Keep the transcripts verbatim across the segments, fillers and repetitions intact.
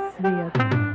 Психпросвет.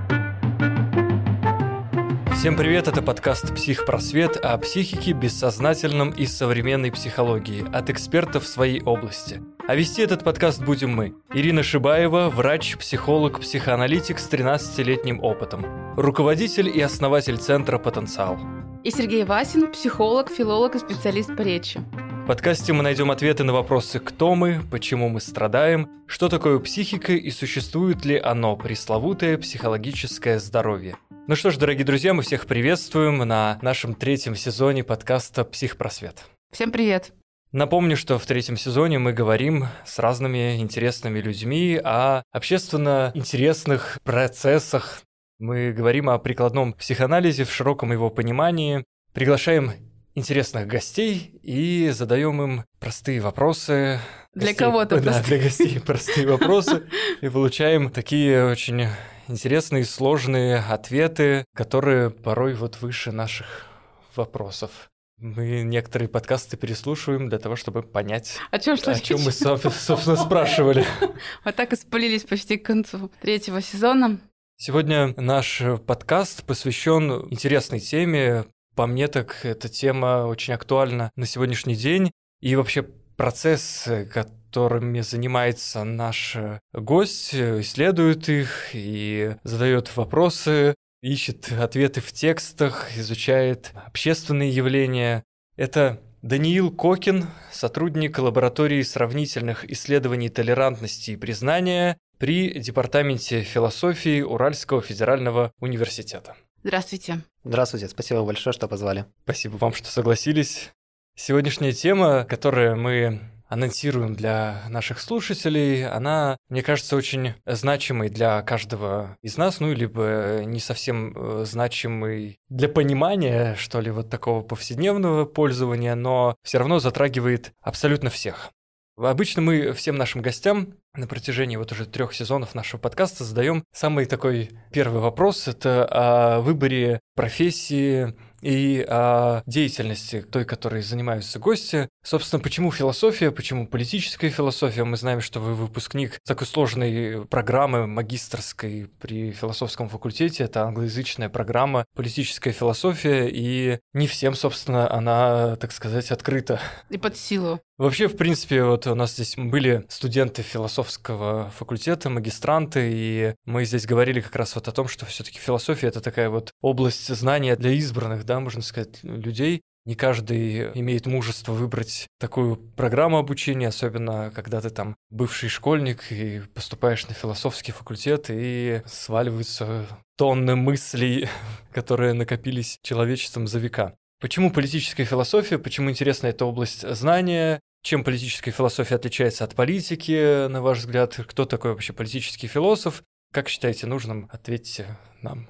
Всем привет, это подкаст «Психпросвет» о психике, бессознательном и современной психологии от экспертов в своей области. А вести этот подкаст будем мы. Ирина Шибаева, врач, психолог, психоаналитик с тринадцатилетним опытом, руководитель и основатель центра «Потенциал». И Сергей Васин, психолог, филолог и специалист по речи. В подкасте мы найдем ответы на вопросы «Кто мы?», «Почему мы страдаем?», «Что такое психика?» и существует ли оно, пресловутое психологическое здоровье. Ну что ж, дорогие друзья, мы всех приветствуем на нашем третьем сезоне подкаста «Психпросвет». Всем привет! Напомню, что в третьем сезоне мы говорим с разными интересными людьми о общественно интересных процессах. Мы говорим о прикладном психоанализе в широком его понимании, приглашаем интересных гостей и задаем им простые вопросы. Для Гостей, кого-то да, простые. для гостей простые вопросы. И получаем такие очень интересные, сложные ответы, которые порой вот выше наших вопросов. Мы некоторые подкасты переслушиваем для того, чтобы понять, О чем, о чем мы, собственно, спрашивали. Вот так и спалились почти к концу третьего сезона. Сегодня наш подкаст посвящен интересной теме. По мне, так эта тема очень актуальна на сегодняшний день. И вообще процесс, которыми занимается наш гость, исследует их и задает вопросы, ищет ответы в текстах, изучает общественные явления. Это Даниил Кокин, сотрудник лаборатории сравнительных исследований толерантности и признания при Департаменте философии Уральского федерального университета. Здравствуйте. Здравствуйте, спасибо большое, что позвали. Спасибо вам, что согласились. Сегодняшняя тема, которую мы анонсируем для наших слушателей, она, мне кажется, очень значимой для каждого из нас, ну, либо не совсем значимой для понимания, что ли, вот такого повседневного пользования, но все равно затрагивает абсолютно всех. Обычно мы всем нашим гостям на протяжении вот уже трех сезонов нашего подкаста задаем самый такой первый вопрос. Это о выборе профессии и о деятельности той, которой занимаются гости. Собственно, почему философия, почему политическая философия? Мы знаем, что вы выпускник такой сложной программы магистерской при философском факультете. Это англоязычная программа «Политическая философия», и не всем, собственно, она, так сказать, открыта. И под силу. Вообще, в принципе, вот у нас здесь были студенты философского факультета, магистранты, и мы здесь говорили как раз вот о том, что все-таки философия — это такая вот область знания для избранных, да, можно сказать, людей. Не каждый имеет мужество выбрать такую программу обучения, особенно когда ты там бывший школьник и поступаешь на философский факультет, и сваливаются тонны мыслей, которые накопились человечеством за века. Почему политическая философия? Почему интересна эта область знания? Чем политическая философия отличается от политики, на ваш взгляд? Кто такой вообще политический философ? Как считаете нужным? Ответьте нам.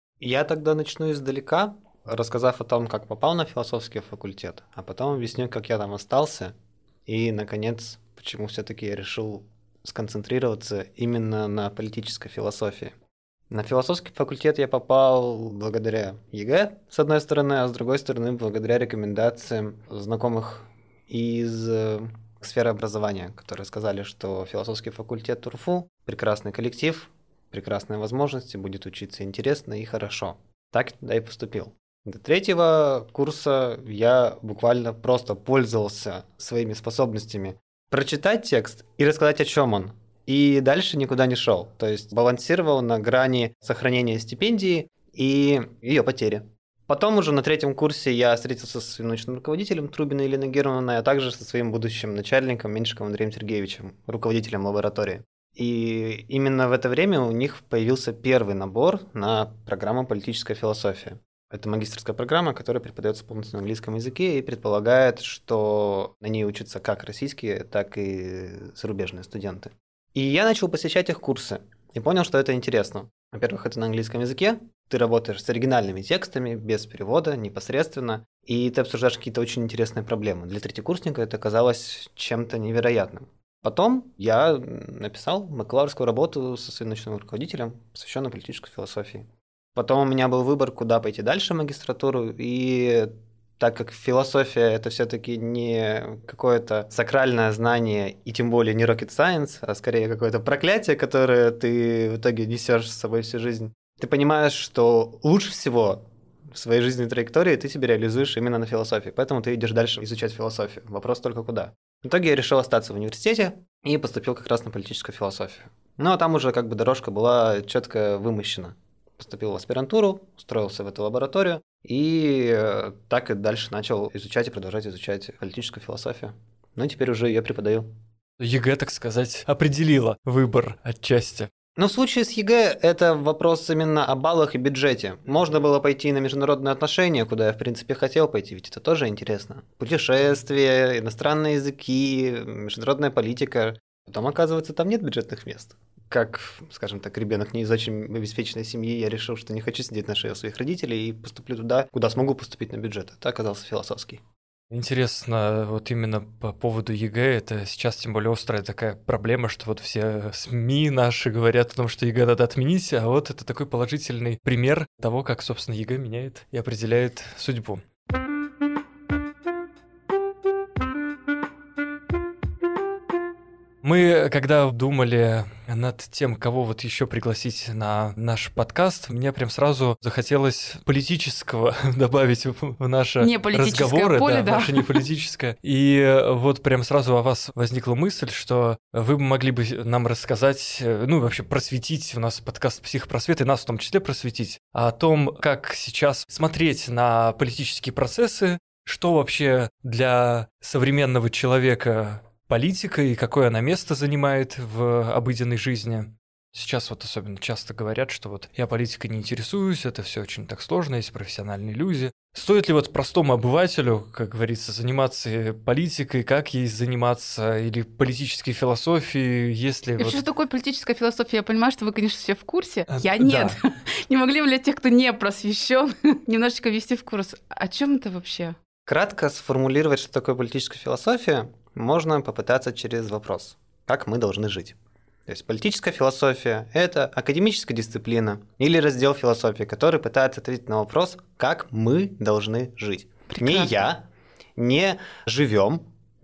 Я тогда начну издалека, рассказав о том, как попал на философский факультет, а потом объясню, как я там остался, и, наконец, почему все-таки я решил сконцентрироваться именно на политической философии. На философский факультет я попал благодаря ЕГЭ, с одной стороны, а с другой стороны, благодаря рекомендациям знакомых из сферы образования, которые сказали, что философский факультет ТУРФУ – прекрасный коллектив, прекрасные возможности, будет учиться интересно и хорошо. Так я туда и поступил. До третьего курса я буквально просто пользовался своими способностями прочитать текст и рассказать, о чем он. И дальше никуда не шел. То есть балансировал на грани сохранения стипендии и ее потери. Потом уже на третьем курсе я встретился со своим научным руководителем Трубиной Еленой Германовной, а также со своим будущим начальником Меньшиковым Андреем Сергеевичем, руководителем лаборатории. И именно в это время у них появился первый набор на программу «Политическая философия». Это магистерская программа, которая преподается полностью на английском языке и предполагает, что на ней учатся как российские, так и зарубежные студенты. И я начал посещать их курсы и понял, что это интересно. Во-первых, это на английском языке, ты работаешь с оригинальными текстами, без перевода, непосредственно, и ты обсуждаешь какие-то очень интересные проблемы. Для третьекурсника это казалось чем-то невероятным. Потом я написал бакалаврскую работу со своим научным руководителем, посвященную политической философии. Потом у меня был выбор, куда пойти дальше в магистратуру, и так как философия — это все-таки не какое-то сакральное знание, и тем более не rocket science, а скорее какое-то проклятие, которое ты в итоге несешь с собой всю жизнь, ты понимаешь, что лучше всего в своей жизненной траектории ты себя реализуешь именно на философии, поэтому ты идешь дальше изучать философию. Вопрос только куда. В итоге я решил остаться в университете и поступил как раз на политическую философию. Ну а там уже как бы дорожка была четко вымощена. Поступил в аспирантуру, устроился в эту лабораторию и так и дальше начал изучать и продолжать изучать политическую философию. Ну и теперь уже ее преподаю. ЕГЭ, так сказать, определила выбор отчасти. Но в случае с ЕГЭ это вопрос именно о баллах и бюджете. Можно было пойти на международные отношения, куда я, в принципе, хотел пойти, ведь это тоже интересно. Путешествия, иностранные языки, международная политика. Потом, оказывается, там нет бюджетных мест. Как, скажем так, ребенок не из очень обеспеченной семьи, я решил, что не хочу сидеть на шее у своих родителей и поступлю туда, куда смогу поступить на бюджет. Это оказался философский. Интересно, вот именно по поводу ЕГЭ, это сейчас тем более острая такая проблема, что вот все СМИ наши говорят о том, что ЕГЭ надо отменить, а вот это такой положительный пример того, как, собственно, ЕГЭ меняет и определяет судьбу. Мы, когда думали над тем, кого вот еще пригласить на наш подкаст, мне прям сразу захотелось политического добавить в наши не разговоры, поле, да, да. наше не политическое. И вот прям сразу у вас возникла мысль, что вы могли бы нам рассказать, ну вообще просветить, у нас подкаст «Психопросвет», и нас в том числе просветить, о том, как сейчас смотреть на политические процессы, что вообще для современного человека политика и какое она место занимает в обыденной жизни. Сейчас вот особенно часто говорят, что вот я политикой не интересуюсь, это все очень так сложно, есть профессиональные люди. Стоит ли вот простому обывателю, как говорится, заниматься политикой, как ей заниматься, или политической философией, если... И вот... что такое политическая философия? Я понимаю, что вы, конечно, все в курсе. А, я да. нет. Не могли бы для тех, кто не просвещен, немножечко ввести в курс. О чем это вообще? Кратко сформулировать, что такое политическая философия, можно попытаться через вопрос: как мы должны жить? То есть политическая философия – это академическая дисциплина или раздел философии, который пытается ответить на вопрос, как мы должны жить. Прекрасно. Не я, не живем,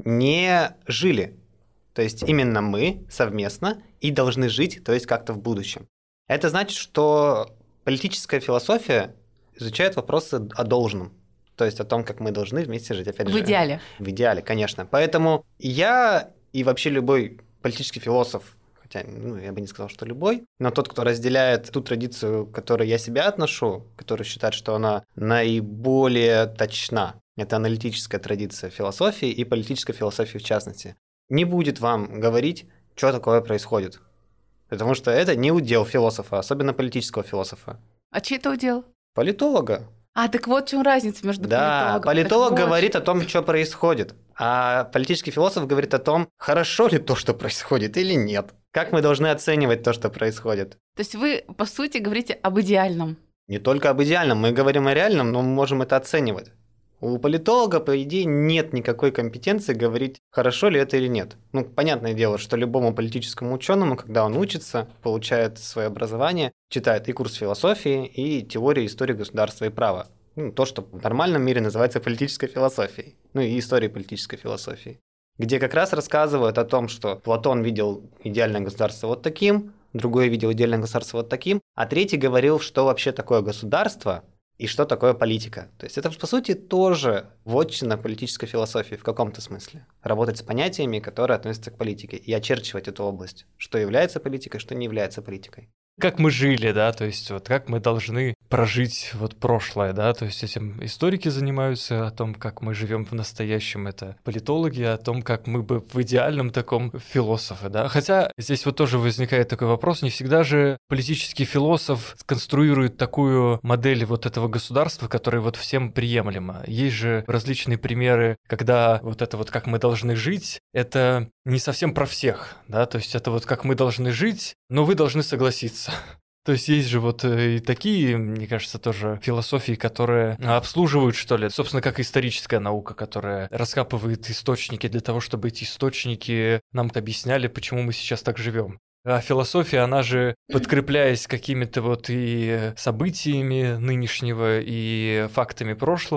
не жили. То есть именно мы совместно и должны жить, то есть как-то в будущем. Это значит, что политическая философия изучает вопросы о должном. То есть о том, как мы должны вместе жить. Опять В же, идеале. В идеале, конечно. Поэтому я и вообще любой политический философ, хотя ну, я бы не сказал, что любой, но тот, кто разделяет ту традицию, к которой я себя отношу, который считает, что она наиболее точна, это аналитическая традиция философии и политической философии в частности, не будет вам говорить, что такое происходит. Потому что это не удел философа, особенно политического философа. А чей это удел? Политолога. А, так вот в чем разница между Да, политологом. политолог Так вот. говорит о том, что происходит, а политический философ говорит о том, хорошо ли то, что происходит, или нет. Как мы должны оценивать то, что происходит. То есть вы, по сути, говорите об идеальном. Не только об идеальном, мы говорим о реальном, но мы можем это оценивать. У политолога, по идее, нет никакой компетенции говорить, хорошо ли это или нет. Ну, понятное дело, что любому политическому ученому, когда он учится, получает свое образование, читает и курс философии, и теорию истории государства и права. Ну, то, что в нормальном мире называется политической философией. Ну, и историей политической философии. Где как раз рассказывают о том, что Платон видел идеальное государство вот таким, другой видел идеальное государство вот таким, а третий говорил, что вообще такое государство, и что такое политика. То есть это, по сути, тоже вотчина политической философии в каком-то смысле. Работать с понятиями, которые относятся к политике, и очерчивать эту область, что является политикой, что не является политикой. Как мы жили, да, то есть вот как мы должны прожить вот прошлое, да, то есть этим историки занимаются, о том, как мы живем в настоящем, это политологи, о том, как мы бы в идеальном таком философы, да. Хотя здесь вот тоже возникает такой вопрос, не всегда же политический философ сконструирует такую модель вот этого государства, которая вот всем приемлема. Есть же различные примеры, когда вот это вот как мы должны жить, это не совсем про всех, да, то есть это вот как мы должны жить, но вы должны согласиться. То есть есть же вот и такие, мне кажется, тоже философии, которые обслуживают, что ли, собственно, как историческая наука, которая раскапывает источники для того, чтобы эти источники нам объясняли, почему мы сейчас так живем. А философия, она же, подкрепляясь какими-то вот и событиями нынешнего, и фактами прошлого,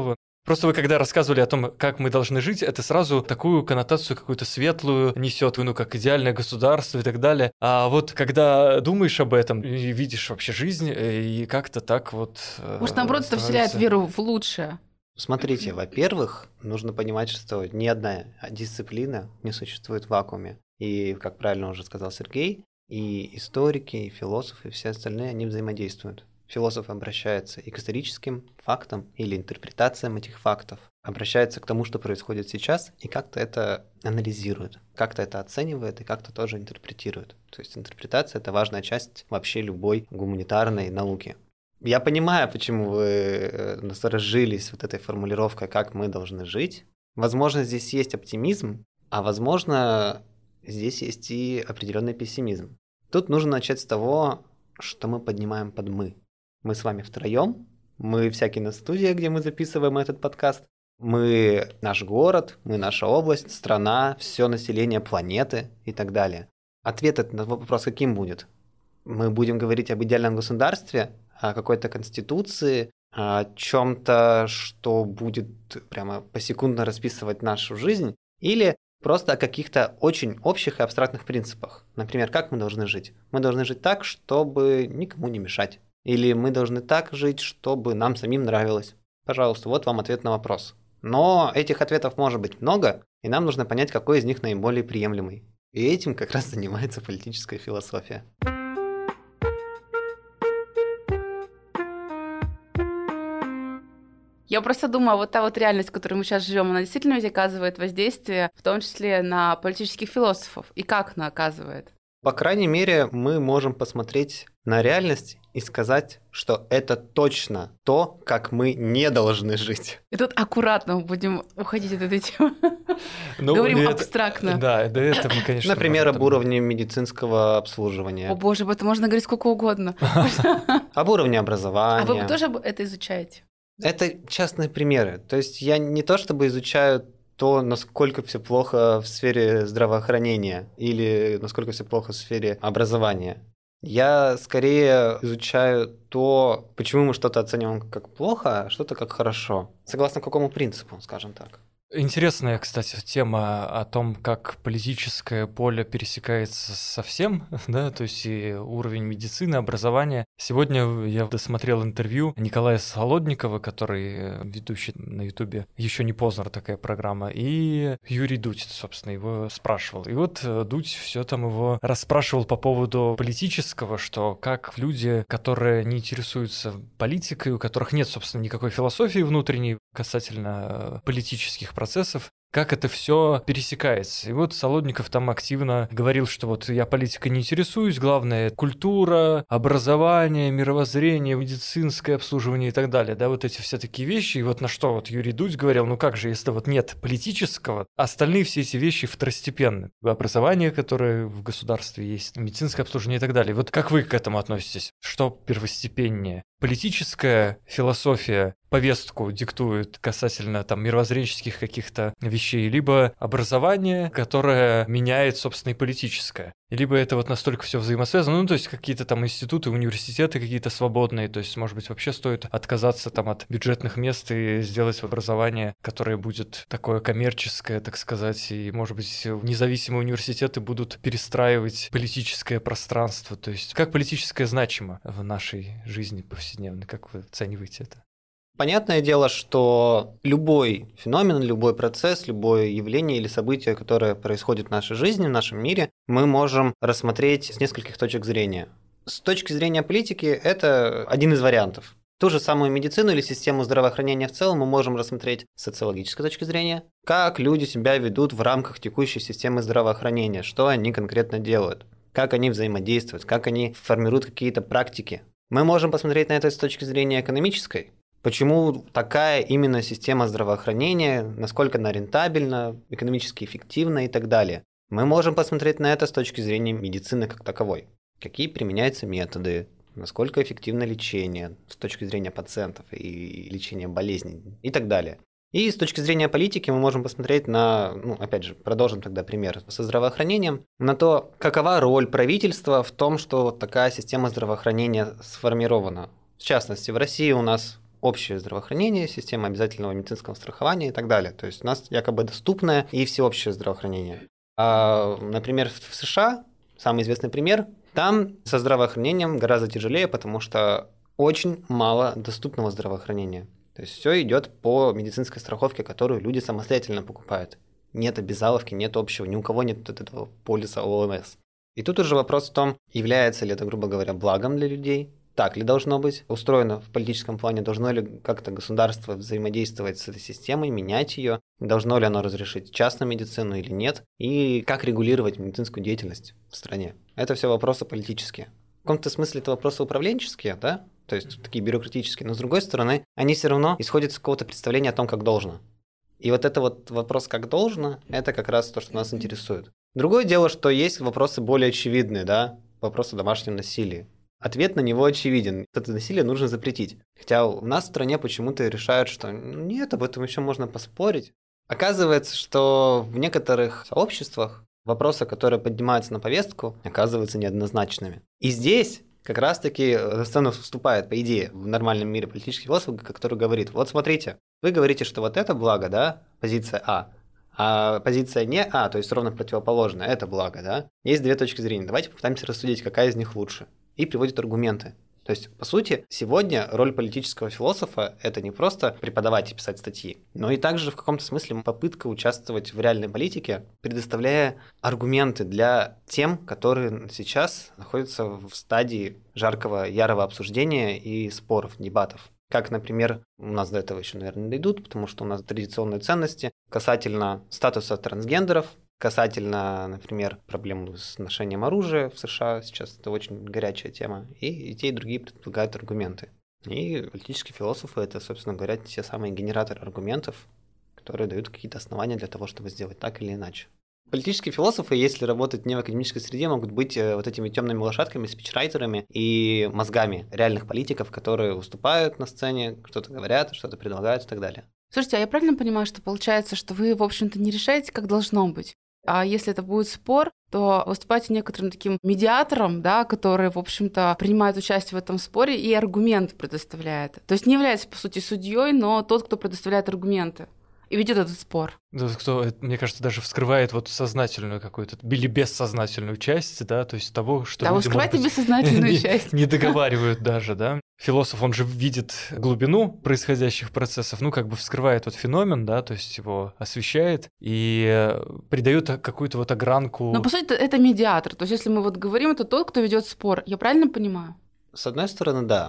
Просто вы когда рассказывали о том, как мы должны жить, это сразу такую коннотацию какую-то светлую несет, ну, как идеальное государство и так далее. А вот когда думаешь об этом и видишь вообще жизнь, и как-то так вот... Может, наоборот, это вселяет веру в лучшее? Смотрите, во-первых, нужно понимать, что ни одна дисциплина не существует в вакууме. И, как правильно уже сказал Сергей, и историки, и философы, и все остальные, они взаимодействуют. Философ обращается и к историческим фактам или интерпретациям этих фактов, обращается к тому, что происходит сейчас, и как-то это анализирует, как-то это оценивает и как-то тоже интерпретирует. То есть интерпретация – это важная часть вообще любой гуманитарной науки. Я понимаю, почему вы насторожились вот этой формулировкой, как мы должны жить. Возможно, здесь есть оптимизм, а возможно, здесь есть и определенный пессимизм. Тут нужно начать с того, что мы поднимаем под «мы». Мы с вами втроем, мы вся киностудия, где мы записываем этот подкаст, мы наш город, мы наша область, страна, все население планеты и так далее. Ответ на вопрос каким будет? Мы будем говорить об идеальном государстве, о какой-то конституции, о чем-то, что будет прямо посекундно расписывать нашу жизнь, или просто о каких-то очень общих и абстрактных принципах. Например, как мы должны жить? Мы должны жить так, чтобы никому не мешать. Или мы должны так жить, чтобы нам самим нравилось. Пожалуйста, вот вам ответ на вопрос. Но этих ответов может быть много, и нам нужно понять, какой из них наиболее приемлемый. И этим как раз занимается политическая философия. Я просто думаю, вот та вот реальность, в которой мы сейчас живем, она действительно ведь оказывает воздействие, в том числе на политических философов. И как она оказывает? По крайней мере, мы можем посмотреть на реальность и сказать, что это точно то, как мы не должны жить. И тут аккуратно будем уходить от этой темы. Ну, Говорим это- абстрактно. Да, до этого мы, конечно... Например, можем об там- уровне медицинского обслуживания, О боже, об этом можно говорить сколько угодно. об уровне А образования. вы тоже это изучаете? Это частные примеры. То есть я не то чтобы изучаю то, насколько все плохо в сфере здравоохранения или насколько все плохо в сфере образования. Я скорее изучаю то, почему мы что-то оцениваем как плохо, а что-то как хорошо. Согласно какому принципу, скажем так. Интересная, кстати, тема о том, как политическое поле пересекается со всем, да, то есть и уровень медицины, образования. Сегодня я досмотрел интервью Николая Солодникова, который ведущий на Ютубе «Еще не Познер» такая программа, и Юрий Дудь, собственно, его спрашивал. И вот Дудь все там его расспрашивал по поводу политического, что как люди, которые не интересуются политикой, у которых нет, собственно, никакой философии внутренней касательно политических процессов, как это все пересекается. И вот Солодников там активно говорил, что вот я политикой не интересуюсь, главное культура, образование, мировоззрение, медицинское обслуживание и так далее, да, вот эти все такие вещи. И вот на что вот Юрий Дудь говорил, ну как же, если вот нет политического, остальные все эти вещи второстепенны. Образование, которое в государстве есть, медицинское обслуживание и так далее. Вот как вы к этому относитесь? Что первостепеннее? Политическая философия повестку диктует касательно там мировоззренческих каких-то вещей, либо образование, которое меняет, собственно, и политическое. Либо это вот настолько все взаимосвязано, ну, то есть какие-то там институты, университеты какие-то свободные, то есть, может быть, вообще стоит отказаться там от бюджетных мест и сделать образование, которое будет такое коммерческое, так сказать, и, может быть, независимые университеты будут перестраивать политическое пространство, то есть как политическое значимо в нашей жизни повседневной, как вы оцениваете это? Понятное дело, что любой феномен, любой процесс, любое явление или событие, которое происходит в нашей жизни, в нашем мире, мы можем рассмотреть с нескольких точек зрения. С точки зрения политики это один из вариантов. Ту же самую медицину или систему здравоохранения в целом мы можем рассмотреть с социологической точки зрения, как люди себя ведут в рамках текущей системы здравоохранения, что они конкретно делают, как они взаимодействуют, как они формируют какие-то практики. Мы можем посмотреть на это с точки зрения экономической. Почему такая именно система здравоохранения, насколько она рентабельна, экономически эффективна и так далее. Мы можем посмотреть на это с точки зрения медицины как таковой. Какие применяются методы, насколько эффективно лечение с точки зрения пациентов и лечения болезней и так далее. И с точки зрения политики мы можем посмотреть на, ну, опять же, продолжим тогда пример со здравоохранением, на то, какова роль правительства в том, что такая система здравоохранения сформирована. В частности, в России у нас общее здравоохранение, система обязательного медицинского страхования и так далее. То есть у нас якобы доступное и всеобщее здравоохранение. А, например, в США, самый известный пример, там со здравоохранением гораздо тяжелее, потому что очень мало доступного здравоохранения. То есть все идет по медицинской страховке, которую люди самостоятельно покупают. Нет обязаловки, нет общего, ни у кого нет вот этого полиса О М С. И тут уже вопрос в том, является ли это, грубо говоря, благом для людей, так ли должно быть устроено в политическом плане, должно ли как-то государство взаимодействовать с этой системой, менять ее, должно ли оно разрешить частную медицину или нет, и как регулировать медицинскую деятельность в стране. Это все вопросы политические. В каком-то смысле это вопросы управленческие, да? То есть такие бюрократические, но с другой стороны, они все равно исходят из какого-то представления о том, как должно. И вот это вот вопрос «как должно» — это как раз то, что нас интересует. Другое дело, что есть вопросы более очевидные, да, вопросы о домашнем насилии. Ответ на него очевиден. Это насилие нужно запретить. Хотя у нас в стране почему-то решают, что нет, об этом еще можно поспорить. Оказывается, что в некоторых сообществах вопросы, которые поднимаются на повестку, оказываются неоднозначными. И здесь как раз-таки на сцену вступает, по идее, в нормальном мире политический философ, который говорит: вот смотрите, вы говорите, что вот это благо, да, позиция А, а позиция не А, то есть ровно противоположная, это благо, да. Есть две точки зрения, давайте попытаемся рассудить, какая из них лучше. И приводит аргументы. То есть, по сути, сегодня роль политического философа – это не просто преподавать и писать статьи, но и также в каком-то смысле попытка участвовать в реальной политике, предоставляя аргументы для тем, которые сейчас находятся в стадии жаркого, ярого обсуждения и споров, дебатов. Как, например, у нас до этого еще, наверное, дойдут, потому что у нас традиционные ценности касательно статуса трансгендеров, касательно, например, проблем с ношением оружия в США, сейчас это очень горячая тема, и, и те, и другие предлагают аргументы. И политические философы – это, собственно говоря, те самые генераторы аргументов, которые дают какие-то основания для того, чтобы сделать так или иначе. Политические философы, если работать не в академической среде, могут быть вот этими темными лошадками, спичрайтерами и мозгами реальных политиков, которые выступают на сцене, что-то говорят, что-то предлагают и так далее. Слушайте, а я правильно понимаю, что получается, что вы, в общем-то, не решаете, как должно быть? А если это будет спор, то выступаете некоторым таким медиатором, да, который, в общем-то, принимает участие в этом споре и аргументы предоставляет. То есть не является, по сути, судьей, но тот, кто предоставляет аргументы и ведет этот спор. Да, кто, мне кажется, даже вскрывает вот сознательную какую-то или бессознательную часть, да, то есть того, что да, люди, может быть, бессознательную не, часть. Не договаривают даже, да. Философ, он же видит глубину происходящих процессов, ну, как бы вскрывает вот феномен, да, то есть его освещает и придает какую-то вот огранку. Но, по сути, это медиатор. То есть, если мы вот говорим, это тот, кто ведет спор. Я правильно понимаю? С одной стороны, да.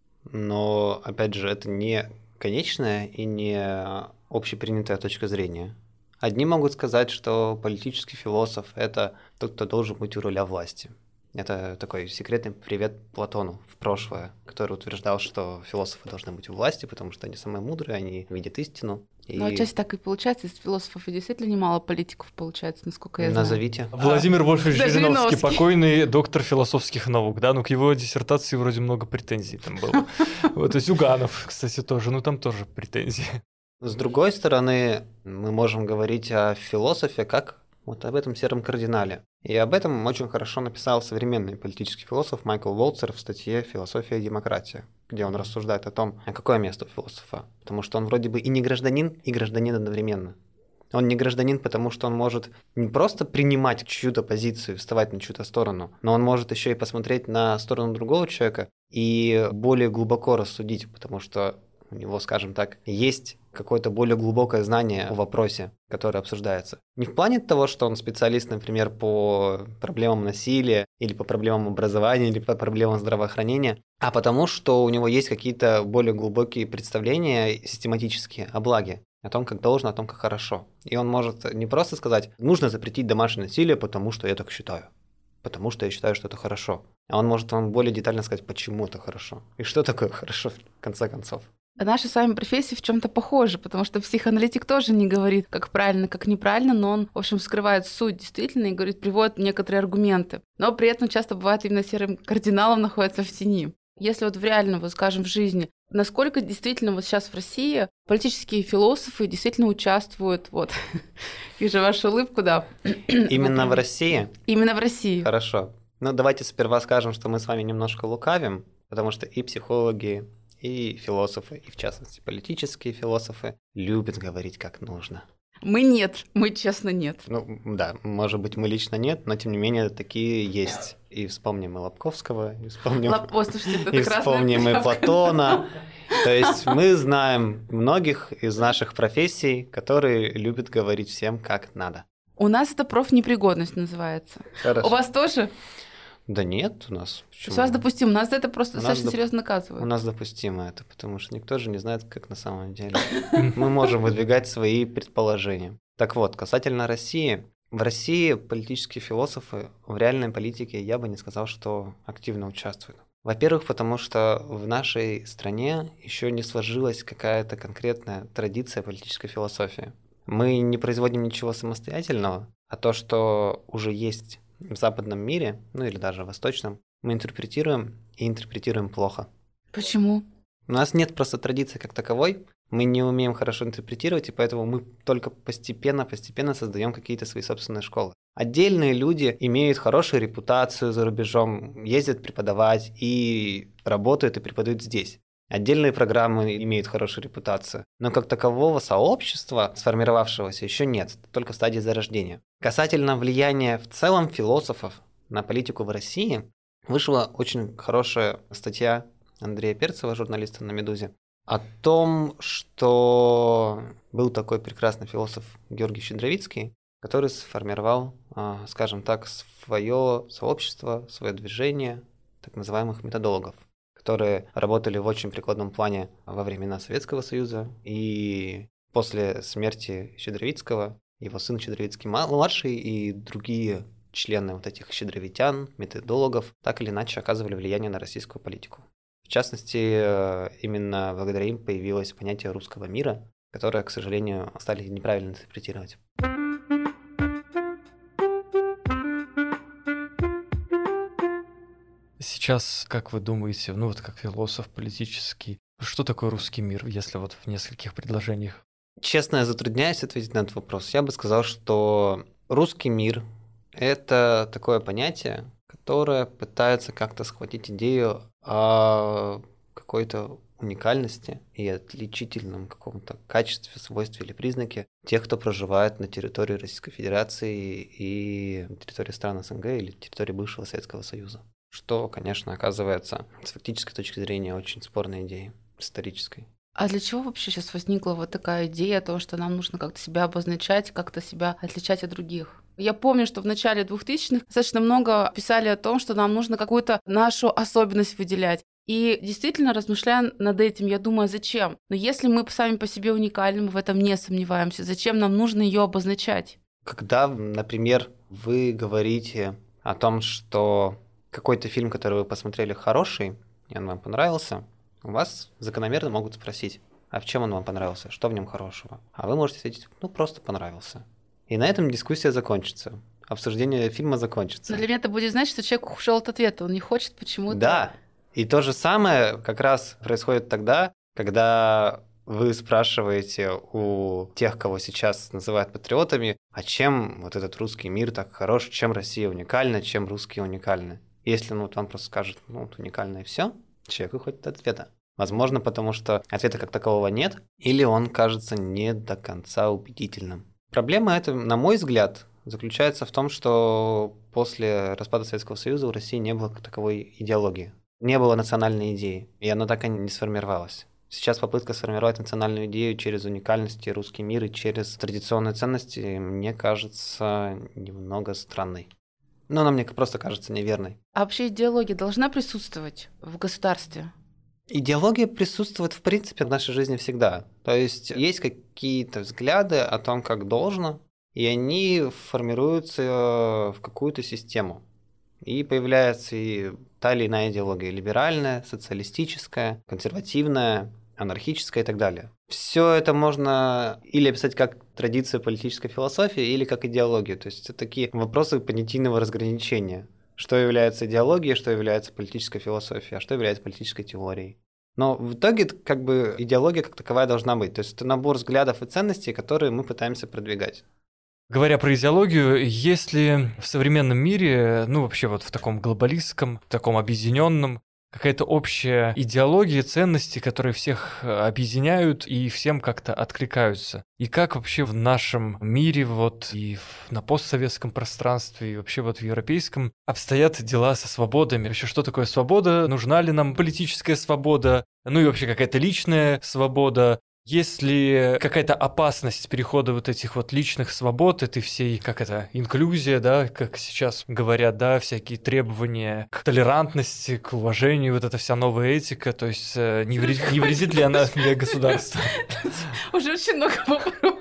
Но, опять же, это не конечная и не общепринятая точка зрения. Одни могут сказать, что политический философ – это тот, кто должен быть у руля власти. Это такой секретный привет Платону в прошлое, который утверждал, что философы должны быть у власти, потому что они самые мудрые, они видят истину. И... Ну, отчасти так и получается. Из философов и действительно немало политиков получается, насколько я знаю. Назовите. Владимир Вольфович Жириновский, покойный доктор философских наук, да, ну к его диссертации вроде много претензий там было. То есть Уганов, кстати, тоже, ну там тоже претензии. С другой стороны, мы можем говорить о философе как вот об этом сером кардинале. И об этом очень хорошо написал современный политический философ Майкл Волцер в статье «Философия и демократия», где он рассуждает о том, а какое место у философа. Потому что он вроде бы и не гражданин, и гражданин одновременно. Он не гражданин, потому что он может не просто принимать чью-то позицию, вставать на чью-то сторону, но он может еще и посмотреть на сторону другого человека и более глубоко рассудить, потому что у него, скажем так, есть какое-то более глубокое знание о вопросе, который обсуждается. Не в плане того, что он специалист, например, по проблемам насилия, или по проблемам образования, или по проблемам здравоохранения, а потому что у него есть какие-то более глубокие представления систематические о благе, о том, как должно, о том, как хорошо. И он может не просто сказать, нужно запретить домашнее насилие, потому что я так считаю, потому что я считаю, что это хорошо. А он может вам более детально сказать, почему это хорошо, и что такое хорошо в конце концов. Наши с вами профессии в чем-то похожи, потому что психоаналитик тоже не говорит, как правильно, как неправильно, но он, в общем, скрывает суть действительно и говорит, приводит некоторые аргументы. Но при этом часто бывает именно серым кардиналом находится в тени. Если вот в реальном, вот скажем, в жизни, насколько действительно вот сейчас в России политические философы действительно участвуют, вот, вижу вашу улыбку, да. Именно в России? Именно в России. Хорошо. Ну, давайте сперва скажем, что мы с вами немножко лукавим, потому что и психологи, И философы, и в частности политические философы, любят говорить как нужно. Мы нет, мы честно нет. Ну да, может быть, мы лично нет, но тем не менее такие есть. И вспомним и Лобковского, и вспомним, Лап... О, слушайте, это и красная вспомним и тряпка. Платона. То есть мы знаем многих из наших профессий, которые любят говорить всем как надо. У нас это профнепригодность называется. Хорошо. У вас тоже? Да нет, у нас... То Почему? есть у вас допустимо, у нас за это просто У нас достаточно доп- серьезно У наказывают. нас допустимо это, потому что никто же не знает, как на самом деле. Мы можем выдвигать свои предположения. Так вот, касательно России. В России политические философы в реальной политике, я бы не сказал, что активно участвуют. Во-первых, потому что в нашей стране еще не сложилась какая-то конкретная традиция политической философии. Мы не производим ничего самостоятельного, а то, что уже есть в западном мире, ну или даже в восточном, мы интерпретируем и интерпретируем плохо. Почему? У нас нет просто традиции как таковой, мы не умеем хорошо интерпретировать, и поэтому мы только постепенно-постепенно создаем какие-то свои собственные школы. Отдельные люди имеют хорошую репутацию за рубежом, ездят преподавать и работают и преподают здесь. Отдельные программы имеют хорошую репутацию, но как такового сообщества, сформировавшегося, еще нет, только в стадии зарождения. Касательно влияния в целом философов на политику в России, вышла очень хорошая статья Андрея Перцева, журналиста на «Медузе», о том, что был такой прекрасный философ Георгий Щедровицкий, который сформировал, скажем так, свое сообщество, свое движение так называемых методологов, которые работали в очень прикладном плане во времена Советского Союза, и после смерти Щедровицкого его сын Щедровицкий-младший и другие члены вот этих щедровитян, методологов, так или иначе оказывали влияние на российскую политику. В частности, именно благодаря им появилось понятие русского мира, которое, к сожалению, стали неправильно интерпретировать. Сейчас, как вы думаете, ну вот как философ политический, что такое русский мир, если вот в нескольких предложениях? Честно, я затрудняюсь ответить на этот вопрос. Я бы сказал, что русский мир – это такое понятие, которое пытается как-то схватить идею о какой-то уникальности и отличительном каком-то качестве, свойстве или признаке тех, кто проживает на территории Российской Федерации и на территории стран СНГ или территории бывшего Советского Союза. Что, конечно, оказывается с фактической точки зрения очень спорной идеей, исторической. А для чего вообще сейчас возникла вот такая идея о том, что нам нужно как-то себя обозначать, как-то себя отличать от других? Я помню, что в начале двухтысячных достаточно много писали о том, что нам нужно какую-то нашу особенность выделять. И действительно, размышляя над этим, я думаю, зачем? Но если мы сами по себе уникальны, мы в этом не сомневаемся, зачем нам нужно ее обозначать? Когда, например, вы говорите о том, что какой-то фильм, который вы посмотрели, хороший, и он вам понравился, у вас закономерно могут спросить, а в чем он вам понравился, что в нем хорошего? А вы можете ответить, ну просто понравился. И на этом дискуссия закончится, обсуждение фильма закончится. Но для меня это будет значить, что человек ушел от ответа, он не хочет почему-то. Да, и то же самое как раз происходит тогда, когда вы спрашиваете у тех, кого сейчас называют патриотами, а чем вот этот русский мир так хорош, чем Россия уникальна, чем русские уникальны. Если ну, вот вам просто скажут, ну вот уникально и все, человек уходит от ответа. Возможно, потому что ответа как такового нет, или он кажется не до конца убедительным. Проблема эта, на мой взгляд, заключается в том, что после распада Советского Союза у России не было таковой идеологии. Не было национальной идеи, и она так и не сформировалась. Сейчас попытка сформировать национальную идею через уникальность и русский мир, и через традиционные ценности, мне кажется немного странной. Но она мне просто кажется неверной. А вообще идеология должна присутствовать в государстве? Идеология присутствует, в принципе, в нашей жизни всегда. То есть есть какие-то взгляды о том, как должно, и они формируются в какую-то систему. И появляется и та или иная идеология: либеральная, социалистическая, консервативная, анархическая и так далее. Все это можно или описать как традицию политической философии, или как идеологию. То есть это такие вопросы понятийного разграничения. Что является идеологией, что является политической философией, а что является политической теорией. Но в итоге как бы идеология как таковая должна быть. То есть это набор взглядов и ценностей, которые мы пытаемся продвигать. Говоря про идеологию, есть ли в современном мире, ну вообще вот в таком глобалистском, таком объединенном, какая-то общая идеология, ценности, которые всех объединяют и всем как-то откликаются. И как вообще в нашем мире, вот и в, на постсоветском пространстве, и вообще вот в европейском обстоят дела со свободами? Вообще, что такое свобода? Нужна ли нам политическая свобода? Ну и вообще какая-то личная свобода? Есть ли какая-то опасность перехода вот этих вот личных свобод, этой всей, как это, инклюзия, да, как сейчас говорят, да, всякие требования к толерантности, к уважению, вот эта вся новая этика, то есть э, не, вредит, не вредит ли она для государства? Уже очень много вопросов.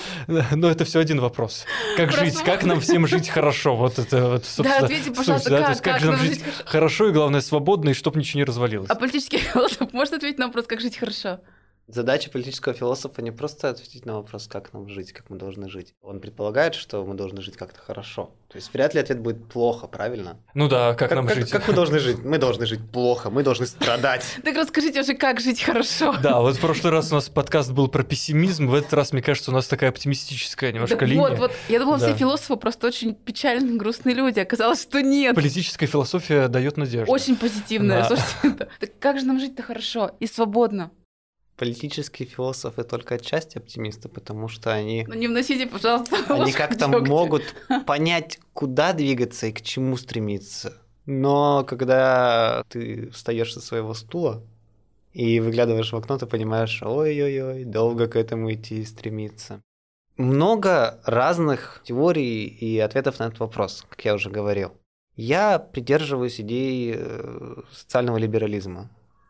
Но это все один вопрос. Как жить, как нам всем жить хорошо? Вот это вот, собственно. Да, ответьте, пожалуйста, как, да, то есть, как, как нам жить хорошо и, главное, свободно, и чтобы ничего не развалилось? А политический философ может ответить на вопрос, как жить хорошо? Задача политического философа не просто ответить на вопрос, как нам жить, как мы должны жить. Он предполагает, что мы должны жить как-то хорошо. То есть вряд ли ответ будет плохо, правильно? Ну да, как, как нам как, жить? Как мы должны жить? Мы должны жить плохо, мы должны страдать. Так расскажите уже, как жить хорошо. Да, вот в прошлый раз у нас подкаст был про пессимизм, в этот раз, мне кажется, у нас такая оптимистическая немножко так линия. Вот, вот, я думала, да. все философы просто очень печальные, грустные люди, оказалось, что нет. Политическая философия дает надежду. Очень позитивная, да. Слушайте. Так как же нам жить-то хорошо и свободно? Политические философы только отчасти оптимисты, потому что они... Ну не вносите, пожалуйста, Они как-то могут понять, куда двигаться и к чему стремиться. Но когда ты встаешь со своего стула и выглядываешь в окно, ты понимаешь, ой-ой-ой, долго к этому идти и стремиться. Много разных теорий и ответов на этот вопрос, как я уже говорил. Я придерживаюсь идеи социального либерализма,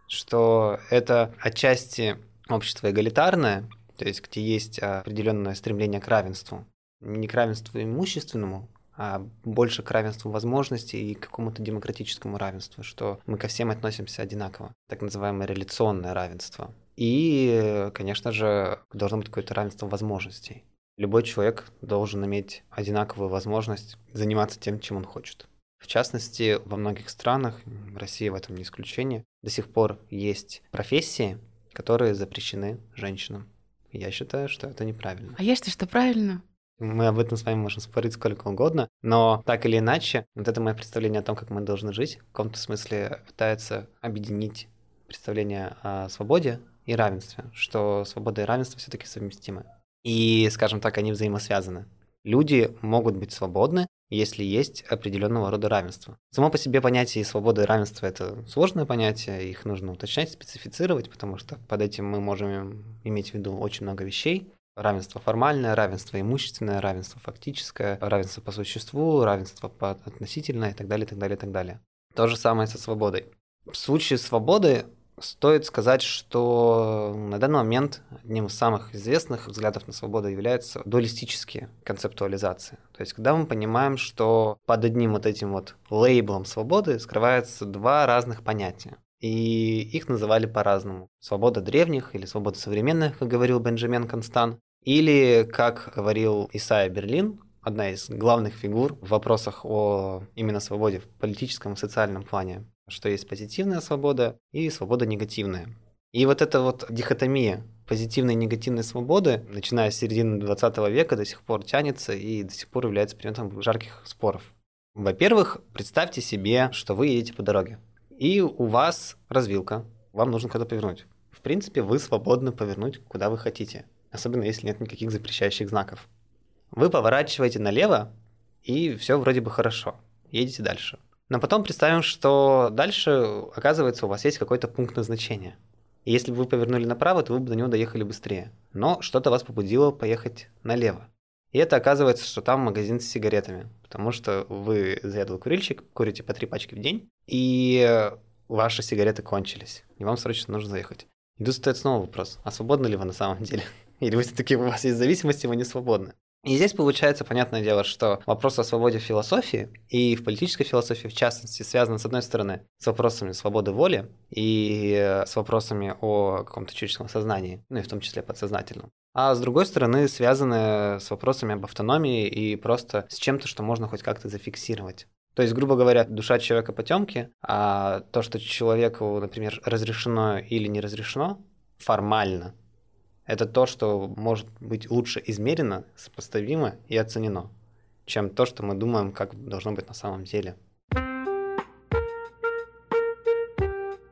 что это отчасти общество эгалитарное, то есть где есть определенное стремление к равенству. Не к равенству имущественному, а больше к равенству возможностей и к какому-то демократическому равенству, что мы ко всем относимся одинаково. Так называемое реляционное равенство. И, конечно же, должно быть какое-то равенство возможностей. Любой человек должен иметь одинаковую возможность заниматься тем, чем он хочет. В частности, во многих странах, Россия в этом не исключение, до сих пор есть профессии, которые запрещены женщинам. И я считаю, что это неправильно. А я считаю, что правильно. Мы об этом с вами можем спорить сколько угодно, но так или иначе, вот это мое представление о том, как мы должны жить, в каком-то смысле пытается объединить представление о свободе и равенстве, что свобода и равенство все-таки совместимы. И, скажем так, они взаимосвязаны. Люди могут быть свободны, если есть определенного рода равенство. Само по себе понятие свободы и равенства – это сложное понятие, их нужно уточнять, специфицировать, потому что под этим мы можем иметь в виду очень много вещей. Равенство формальное, равенство имущественное, равенство фактическое, равенство по существу, равенство по относительно и так далее, и так далее, и так далее. То же самое со свободой. В случае свободы стоит сказать, что на данный момент одним из самых известных взглядов на свободу являются дуалистические концептуализации. То есть, когда мы понимаем, что под одним вот этим вот лейблом свободы скрываются два разных понятия. И их называли по-разному. Свобода древних или свобода современных, как говорил Бенджамин Констан. Или, как говорил Исайя Берлин, одна из главных фигур в вопросах о именно свободе в политическом и социальном плане, что есть позитивная свобода и свобода негативная. И вот эта вот дихотомия позитивной и негативной свободы, начиная с середины двадцатого века, до сих пор тянется и до сих пор является предметом жарких споров. Во-первых, представьте себе, что вы едете по дороге, и у вас развилка, вам нужно куда-то повернуть. В принципе, вы свободны повернуть, куда вы хотите, особенно если нет никаких запрещающих знаков. Вы поворачиваете налево, и все вроде бы хорошо, едете дальше. Но потом представим, что дальше, оказывается, у вас есть какой-то пункт назначения. И если бы вы повернули направо, то вы бы до него доехали быстрее. Но что-то вас побудило поехать налево. И это оказывается, что там магазин с сигаретами. Потому что вы заядлый курильщик, курите по три пачки в день, и ваши сигареты кончились. И вам срочно нужно заехать. И тут стоит снова вопрос, а свободны ли вы на самом деле? Или вы все-таки, у вас есть зависимость, и вы не свободны? И здесь получается, понятное дело, что вопрос о свободе в философии и в политической философии, в частности, связан, с одной стороны, с вопросами свободы воли и с вопросами о каком-то человеческом сознании, ну и в том числе подсознательном. А с другой стороны, связаны с вопросами об автономии и просто с чем-то, что можно хоть как-то зафиксировать. То есть, грубо говоря, душа человека потемки, а то, что человеку, например, разрешено или не разрешено, формально, это то, что может быть лучше измерено, сопоставимо и оценено, чем то, что мы думаем, как должно быть на самом деле.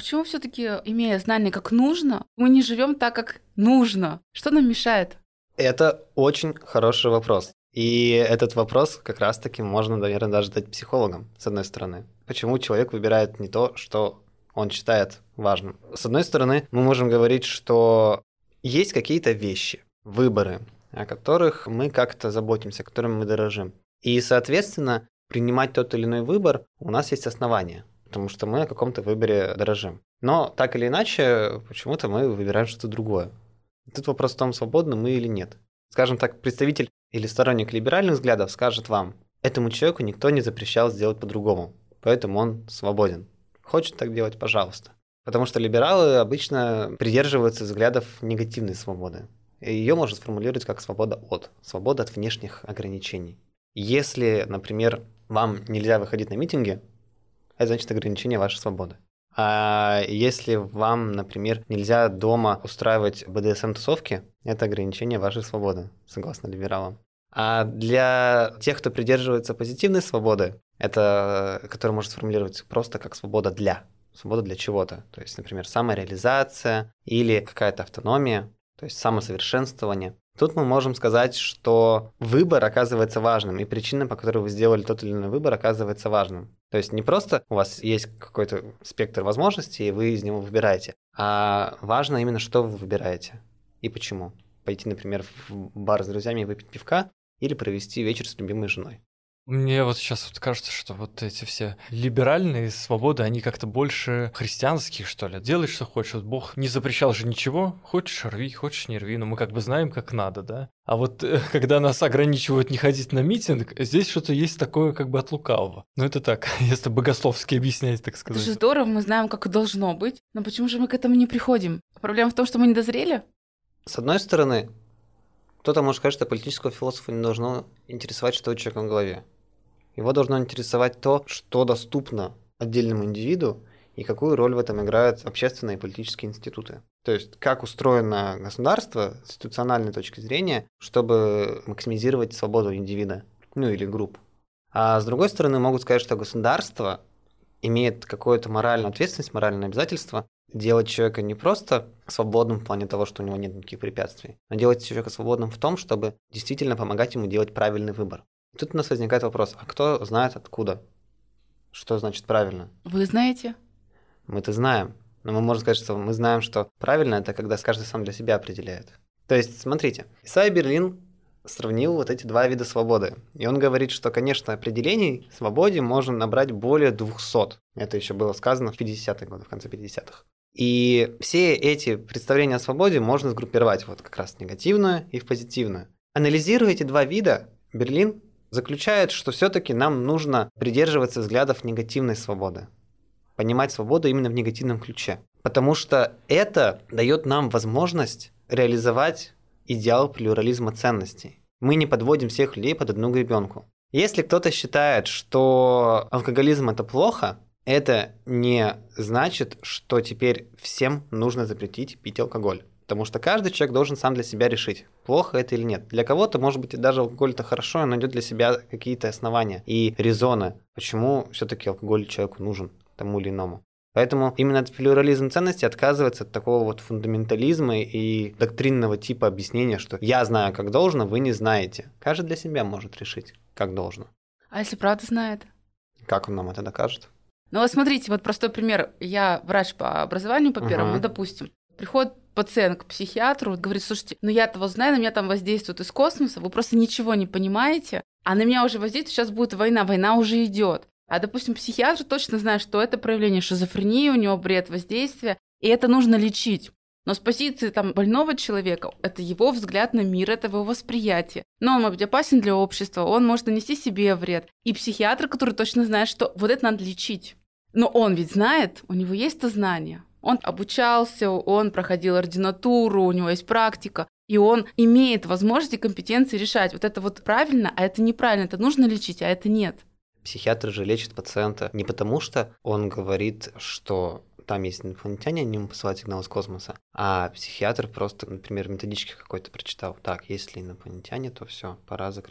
Почему все-таки, имея знания как нужно, мы не живем так, как нужно? Что нам мешает? Это очень хороший вопрос. И этот вопрос как раз-таки можно, наверное, даже задать психологам, с одной стороны. Почему человек выбирает не то, что он считает важным? С одной стороны, мы можем говорить, что есть какие-то вещи, выборы, о которых мы как-то заботимся, которыми мы дорожим. И, соответственно, принимать тот или иной выбор у нас есть основания, потому что мы о каком-то выборе дорожим. Но так или иначе, почему-то мы выбираем что-то другое. Тут вопрос в том, свободны мы или нет. Скажем так, представитель или сторонник либеральных взглядов скажет вам, этому человеку никто не запрещал сделать по-другому, поэтому он свободен. Хочет так делать, пожалуйста. Потому что либералы обычно придерживаются взглядов негативной свободы. И ее можно сформулировать как свобода от, свобода от внешних ограничений. Если, например, вам нельзя выходить на митинги, это значит ограничение вашей свободы. А если вам, например, нельзя дома устраивать бэ дэ эс эм-тусовки, это ограничение вашей свободы, согласно либералам. А для тех, кто придерживается позитивной свободы, это, которая может сформулироваться просто как свобода для, свобода для чего-то. То есть, например, самореализация или какая-то автономия, то есть самосовершенствование. Тут мы можем сказать, что выбор оказывается важным, и причина, по которой вы сделали тот или иной выбор, оказывается важным. То есть не просто у вас есть какой-то спектр возможностей, и вы из него выбираете, а важно именно, что вы выбираете и почему. Пойти, например, в бар с друзьями и выпить пивка или провести вечер с любимой женой. Мне вот сейчас вот кажется, что вот эти все либеральные свободы, они как-то больше христианские, что ли. Делай, что хочешь. Вот Бог не запрещал же ничего. Хочешь — рви, хочешь — не рви. Но мы как бы знаем, как надо, да? А вот э, когда нас ограничивают не ходить на митинг, здесь что-то есть такое как бы от лукавого. Ну это так, если богословски объяснять, так сказать. Это же здорово, мы знаем, как и должно быть. Но почему же мы к этому не приходим? Проблема в том, что мы не дозрели? С одной стороны, кто-то может сказать, что политического философа не должно интересовать, что у человека в голове. Его должно интересовать то, что доступно отдельному индивиду и какую роль в этом играют общественные и политические институты. То есть, как устроено государство с институциональной точки зрения, чтобы максимизировать свободу индивида, ну или групп. А с другой стороны, могут сказать, что государство имеет какую-то моральную ответственность, моральное обязательство делать человека не просто свободным в плане того, что у него нет никаких препятствий, но делать человека свободным в том, чтобы действительно помогать ему делать правильный выбор. И тут у нас возникает вопрос, а кто знает откуда? Что значит правильно? Вы знаете? Мы-то знаем, но мы можем сказать, что мы знаем, что правильно это когда каждый сам для себя определяет. То есть, смотрите, Исайя Берлин сравнил вот эти два вида свободы. И он говорит, что, конечно, определений свободе можно набрать более двухсот. Это еще было сказано в пятидесятых годах, в конце пятидесятых. И все эти представления о свободе можно сгруппировать вот как раз в негативную и в позитивную. Анализируя эти два вида, Берлин заключает, что все-таки нам нужно придерживаться взглядов негативной свободы. Понимать свободу именно в негативном ключе. Потому что это дает нам возможность реализовать идеал плюрализма ценностей. Мы не подводим всех людей под одну гребенку. Если кто-то считает, что алкоголизм – это плохо, это не значит, что теперь всем нужно запретить пить алкоголь. Потому что каждый человек должен сам для себя решить, плохо это или нет. Для кого-то, может быть, даже алкоголь это хорошо, и он найдет для себя какие-то основания и резоны, почему все-таки алкоголь человеку нужен, тому или иному. Поэтому именно этот плюрализм ценностей отказывается от такого вот фундаментализма и доктринного типа объяснения, что я знаю, как должно, вы не знаете. Каждый для себя может решить, как должно. А если правда знает? Как он нам это докажет? Ну вот смотрите, вот простой пример. Я врач по образованию, по первому, Ага. ну, допустим. Приходит пациент к психиатру, говорит, слушайте, ну я-то вас знаю, на меня там воздействует из космоса, вы просто ничего не понимаете, а на меня уже воздействует, сейчас будет война, война уже идет. А, допустим, психиатр точно знает, что это проявление шизофрении, у него бред воздействия, и это нужно лечить. Но с позиции там, больного человека это его взгляд на мир, это его восприятие. Но он может быть опасен для общества, он может нанести себе вред. И психиатр, который точно знает, что вот это надо лечить. Но он ведь знает, у него есть это знание. Он обучался, он проходил ординатуру, у него есть практика, и он имеет возможности, компетенции решать, вот это вот правильно, а это неправильно, это нужно лечить, а это нет. Психиатр же лечит пациента не потому, что он говорит, что там есть инопланетяне, они ему посылают сигнал из космоса, а психиатр просто, например, методички какой-то прочитал. Так, если инопланетяне, то все, пора закрывать.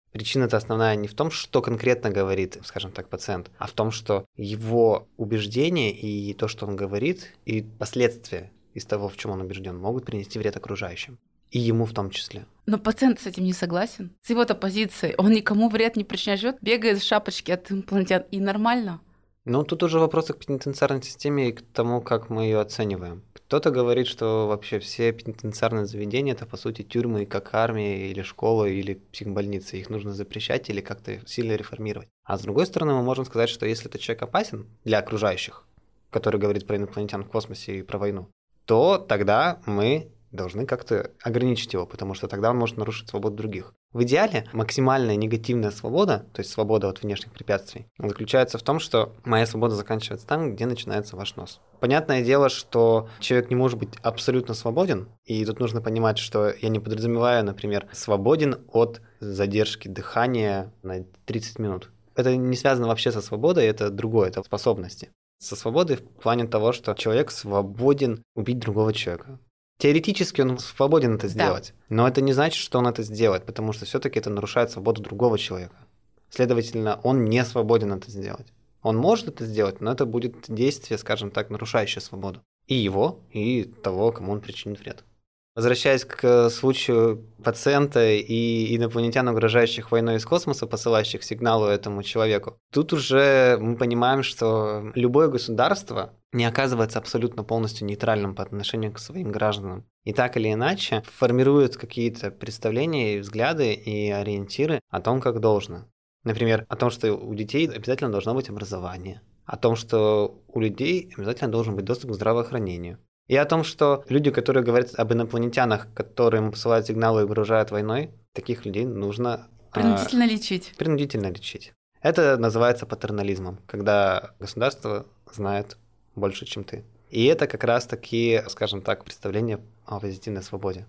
Причина-то основная не в том, что конкретно говорит, скажем так, пациент, а в том, что его убеждения и то, что он говорит, и последствия из того, в чем он убежден, могут принести вред окружающим. И ему в том числе. Но пациент с этим не согласен. С его-то позиции. Он никому вред не причиняет, бегает в шапочке от инопланетян. И нормально. Ну, тут уже вопросы к пенитенциарной системе и к тому, как мы ее оцениваем. Кто-то говорит, что вообще все пенитенциарные заведения – это, по сути, тюрьмы, как армия или школа, или психбольницы. Их нужно запрещать или как-то сильно реформировать. А с другой стороны, мы можем сказать, что если этот человек опасен для окружающих, который говорит про инопланетян в космосе и про войну, то тогда мы должны как-то ограничить его, потому что тогда он может нарушить свободу других. В идеале максимальная негативная свобода, то есть свобода от внешних препятствий, заключается в том, что моя свобода заканчивается там, где начинается ваш нос. Понятное дело, что человек не может быть абсолютно свободен, и тут нужно понимать, что я не подразумеваю, например, свободен от задержки дыхания на тридцать минут. Это не связано вообще со свободой, это другое, это способности. Со свободой в плане того, что человек свободен убить другого человека. Теоретически он свободен это сделать, да. Но это не значит, что он это сделает, потому что все-таки это нарушает свободу другого человека. Следовательно, он не свободен это сделать. Он может это сделать, но это будет действие, скажем так, нарушающее свободу. И его, и того, кому он причинит вред. Возвращаясь к случаю пациента и инопланетян, угрожающих войной из космоса, посылающих сигналу этому человеку, тут уже мы понимаем, что любое государство не оказывается абсолютно полностью нейтральным по отношению к своим гражданам. И так или иначе формирует какие-то представления, и взгляды и ориентиры о том, как должно. Например, о том, что у детей обязательно должно быть образование, о том, что у людей обязательно должен быть доступ к здравоохранению. И о том, что люди, которые говорят об инопланетянах, которым посылают сигналы и угрожают войной, таких людей нужно... Принудительно э, лечить. Принудительно лечить. Это называется патернализмом, когда государство знает больше, чем ты. И это как раз-таки, скажем так, представление о позитивной свободе.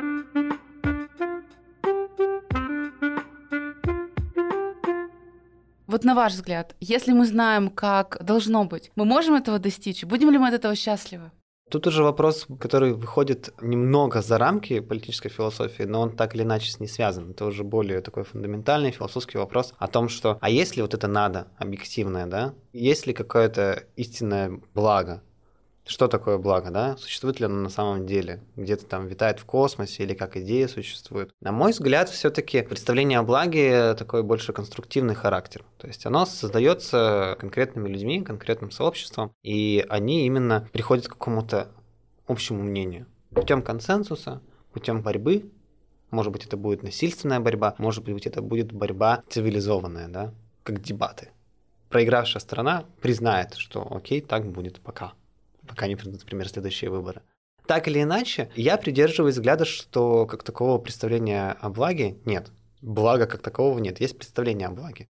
Вот на ваш взгляд, если мы знаем, как должно быть, мы можем этого достичь? Будем ли мы от этого счастливы? Тут уже вопрос, который выходит немного за рамки политической философии, но он так или иначе с ней связан. Это уже более такой фундаментальный философский вопрос о том, что а есть ли вот это надо, объективное, да? Есть ли какое-то истинное благо? Что такое благо, да? Существует ли оно на самом деле? Где-то там витает в космосе или как идея существует? На мой взгляд, все-таки представление о благе такой больше конструктивный характер. То есть оно создается конкретными людьми, конкретным сообществом, и они именно приходят к какому-то общему мнению. Путем консенсуса, путем борьбы, может быть, это будет насильственная борьба, может быть, это будет борьба цивилизованная, да? Как дебаты. Проигравшая сторона признает, что окей, так будет пока. Пока не придут, например, следующие выборы. Так или иначе, я придерживаюсь взгляда, что как такового представления о благе нет. Блага как такового нет, есть представление о благе.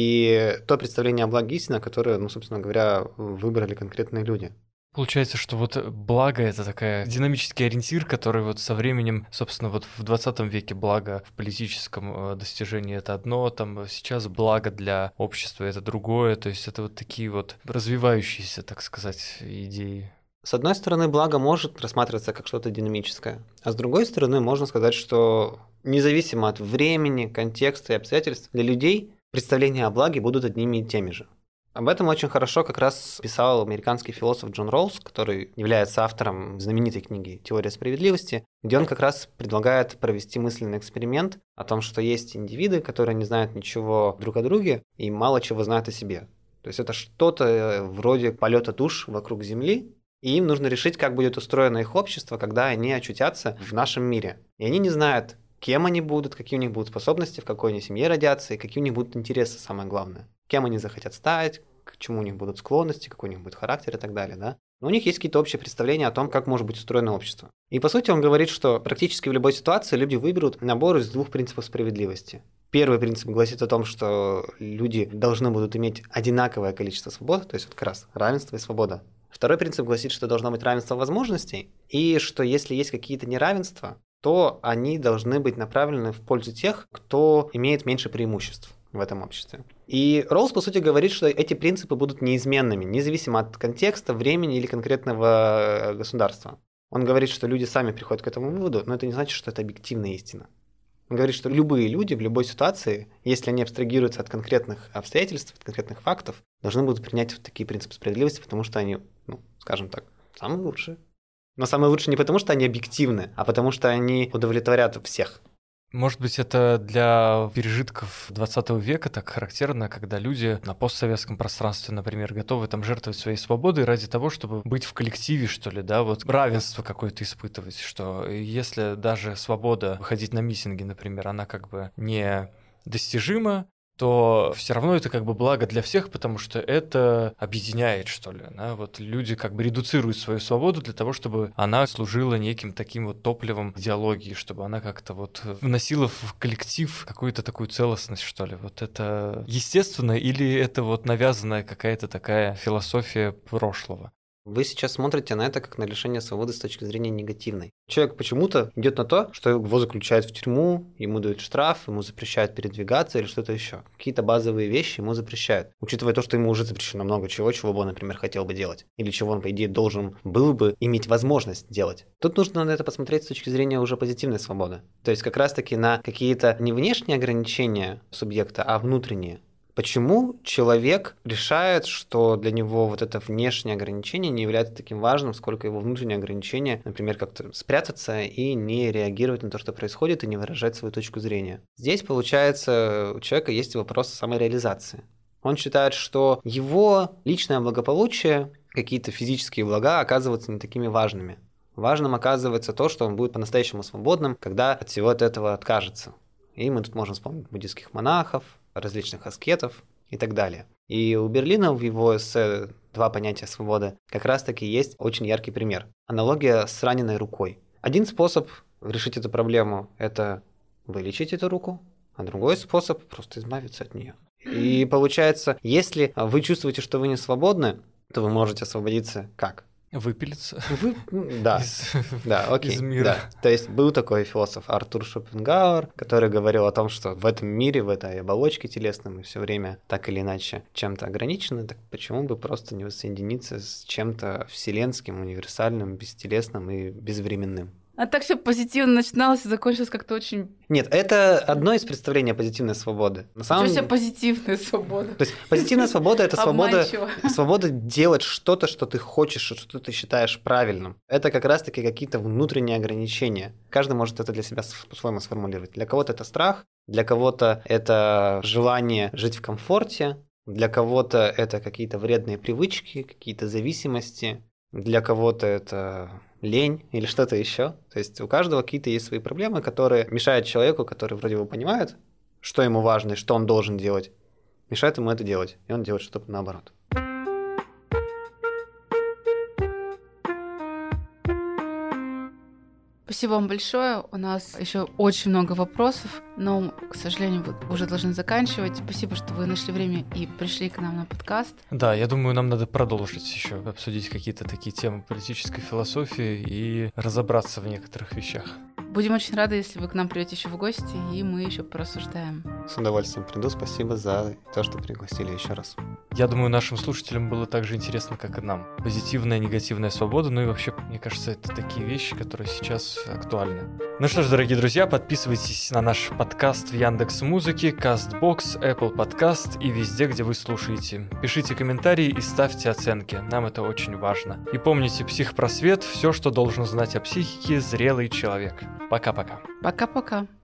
И то представление о благе истина, которое, ну, собственно говоря, выбрали конкретные люди. Получается, что вот благо — это такая динамический ориентир, который вот со временем, собственно, вот в двадцатом веке благо в политическом достижении — это одно, там сейчас благо для общества — это другое, то есть это вот такие вот развивающиеся, так сказать, идеи. С одной стороны, благо может рассматриваться как что-то динамическое, а с другой стороны, можно сказать, что независимо от времени, контекста и обстоятельств, для людей представления о благе будут одними и теми же. Об этом очень хорошо как раз писал американский философ Джон Роллс, который является автором знаменитой книги «Теория справедливости», где он как раз предлагает провести мысленный эксперимент о том, что есть индивиды, которые не знают ничего друг о друге и мало чего знают о себе. То есть это что-то вроде полета душ вокруг Земли, и им нужно решить, как будет устроено их общество, когда они очутятся в нашем мире. И они не знают, кем они будут, какие у них будут способности, в какой они семье родятся и какие у них будут интересы, самое главное. Кем они захотят стать, к чему у них будут склонности, какой у них будет характер и так далее, да? Но у них есть какие-то общие представления о том, как может быть устроено общество. И по сути он говорит, что практически в любой ситуации люди выберут набор из двух принципов справедливости. Первый принцип гласит о том, что люди должны будут иметь одинаковое количество свобод, то есть вот как раз равенство и свобода. Второй принцип гласит, что должно быть равенство возможностей, и что если есть какие-то неравенства, то они должны быть направлены в пользу тех, кто имеет меньше преимуществ в этом обществе. И Роллс, по сути, говорит, что эти принципы будут неизменными, независимо от контекста, времени или конкретного государства. Он говорит, что люди сами приходят к этому выводу, но это не значит, что это объективная истина. Он говорит, что любые люди в любой ситуации, если они абстрагируются от конкретных обстоятельств, от конкретных фактов, должны будут принять вот такие принципы справедливости, потому что они, ну, скажем так, самые лучшие. Но самые лучшие не потому, что они объективны, а потому что они удовлетворят всех. Может быть, это для пережитков двадцатого века так характерно, когда люди на постсоветском пространстве, например, готовы там жертвовать своей свободой ради того, чтобы быть в коллективе, что ли, да, вот равенство какое-то испытывать, что если даже свобода выходить на митинги, например, она как бы не достижима, то все равно это как бы благо для всех, потому что это объединяет, что ли. Да? Вот люди как бы редуцируют свою свободу для того, чтобы она служила неким таким вот топливом идеологии, чтобы она как-то вот вносила в коллектив какую-то такую целостность, что ли. Вот это естественно или это вот навязанная какая-то такая философия прошлого? Вы сейчас смотрите на это как на лишение свободы с точки зрения негативной. Человек почему-то идет на то, что его заключают в тюрьму, ему дают штраф, ему запрещают передвигаться или что-то еще. Какие-то базовые вещи ему запрещают. Учитывая то, что ему уже запрещено много чего, чего бы он, например, хотел бы делать. Или чего он, по идее, должен был бы иметь возможность делать. Тут нужно на это посмотреть с точки зрения уже позитивной свободы. То есть как раз-таки на какие-то не внешние ограничения субъекта, а внутренние. Почему человек решает, что для него вот это внешнее ограничение не является таким важным, сколько его внутреннее ограничение, например, как-то спрятаться и не реагировать на то, что происходит, и не выражать свою точку зрения? Здесь, получается, у человека есть вопрос самореализации. Он считает, что его личное благополучие, какие-то физические блага оказываются не такими важными. Важным оказывается то, что он будет по-настоящему свободным, когда от всего от этого откажется. И мы тут можем вспомнить буддийских монахов, различных аскетов и так далее. И у Берлина в его эссе «Два понятия свободы» как раз-таки есть очень яркий пример. Аналогия с раненой рукой. Один способ решить эту проблему – это вылечить эту руку, а другой способ – просто избавиться от нее. И получается, если вы чувствуете, что вы не свободны, то вы можете освободиться как? Выпилиться. Вы... Да, из... да, окей. из мира. Да. То есть был такой философ Артур Шопенгауэр, который говорил о том, что в этом мире, в этой оболочке телесной мы все время так или иначе чем-то ограничены, так почему бы просто не воссоединиться с чем-то вселенским, универсальным, бестелесным и безвременным? А так все позитивно начиналось и закончилось как-то очень... Нет, это одно из представлений о позитивной свободы. На самом... Ничего себе позитивная свобода. То есть позитивная свобода – это свобода, Обманчиво. свобода делать что-то, что ты хочешь, что ты считаешь правильным. Это как раз-таки какие-то внутренние ограничения. Каждый может это для себя по-своему сформулировать. Для кого-то это страх, для кого-то это желание жить в комфорте, для кого-то это какие-то вредные привычки, какие-то зависимости, для кого-то это... лень или что-то еще. То есть у каждого какие-то есть свои проблемы, которые мешают человеку, который вроде бы понимает, что ему важно и что он должен делать, мешает ему это делать, и он делает что-то наоборот. Спасибо вам большое. У нас еще очень много вопросов, но, к сожалению, мы уже должны заканчивать. Спасибо, что вы нашли время и пришли к нам на подкаст. Да, я думаю, нам надо продолжить еще обсудить какие-то такие темы политической философии и разобраться в некоторых вещах. Будем очень рады, если вы к нам придете еще в гости, и мы еще порассуждаем. С удовольствием приду. Спасибо за то, что пригласили еще раз. Я думаю, нашим слушателям было так же интересно, как и нам. Позитивная, негативная свобода, ну и вообще, мне кажется, это такие вещи, которые сейчас актуальны. Ну что ж, дорогие друзья, подписывайтесь на наш подкаст в Яндекс.Музыке, Castbox, Apple Podcast и везде, где вы слушаете. Пишите комментарии и ставьте оценки, нам это очень важно. И помните, психпросвет – все, что должен знать о психике зрелый человек. Пока-пока. Пока-пока.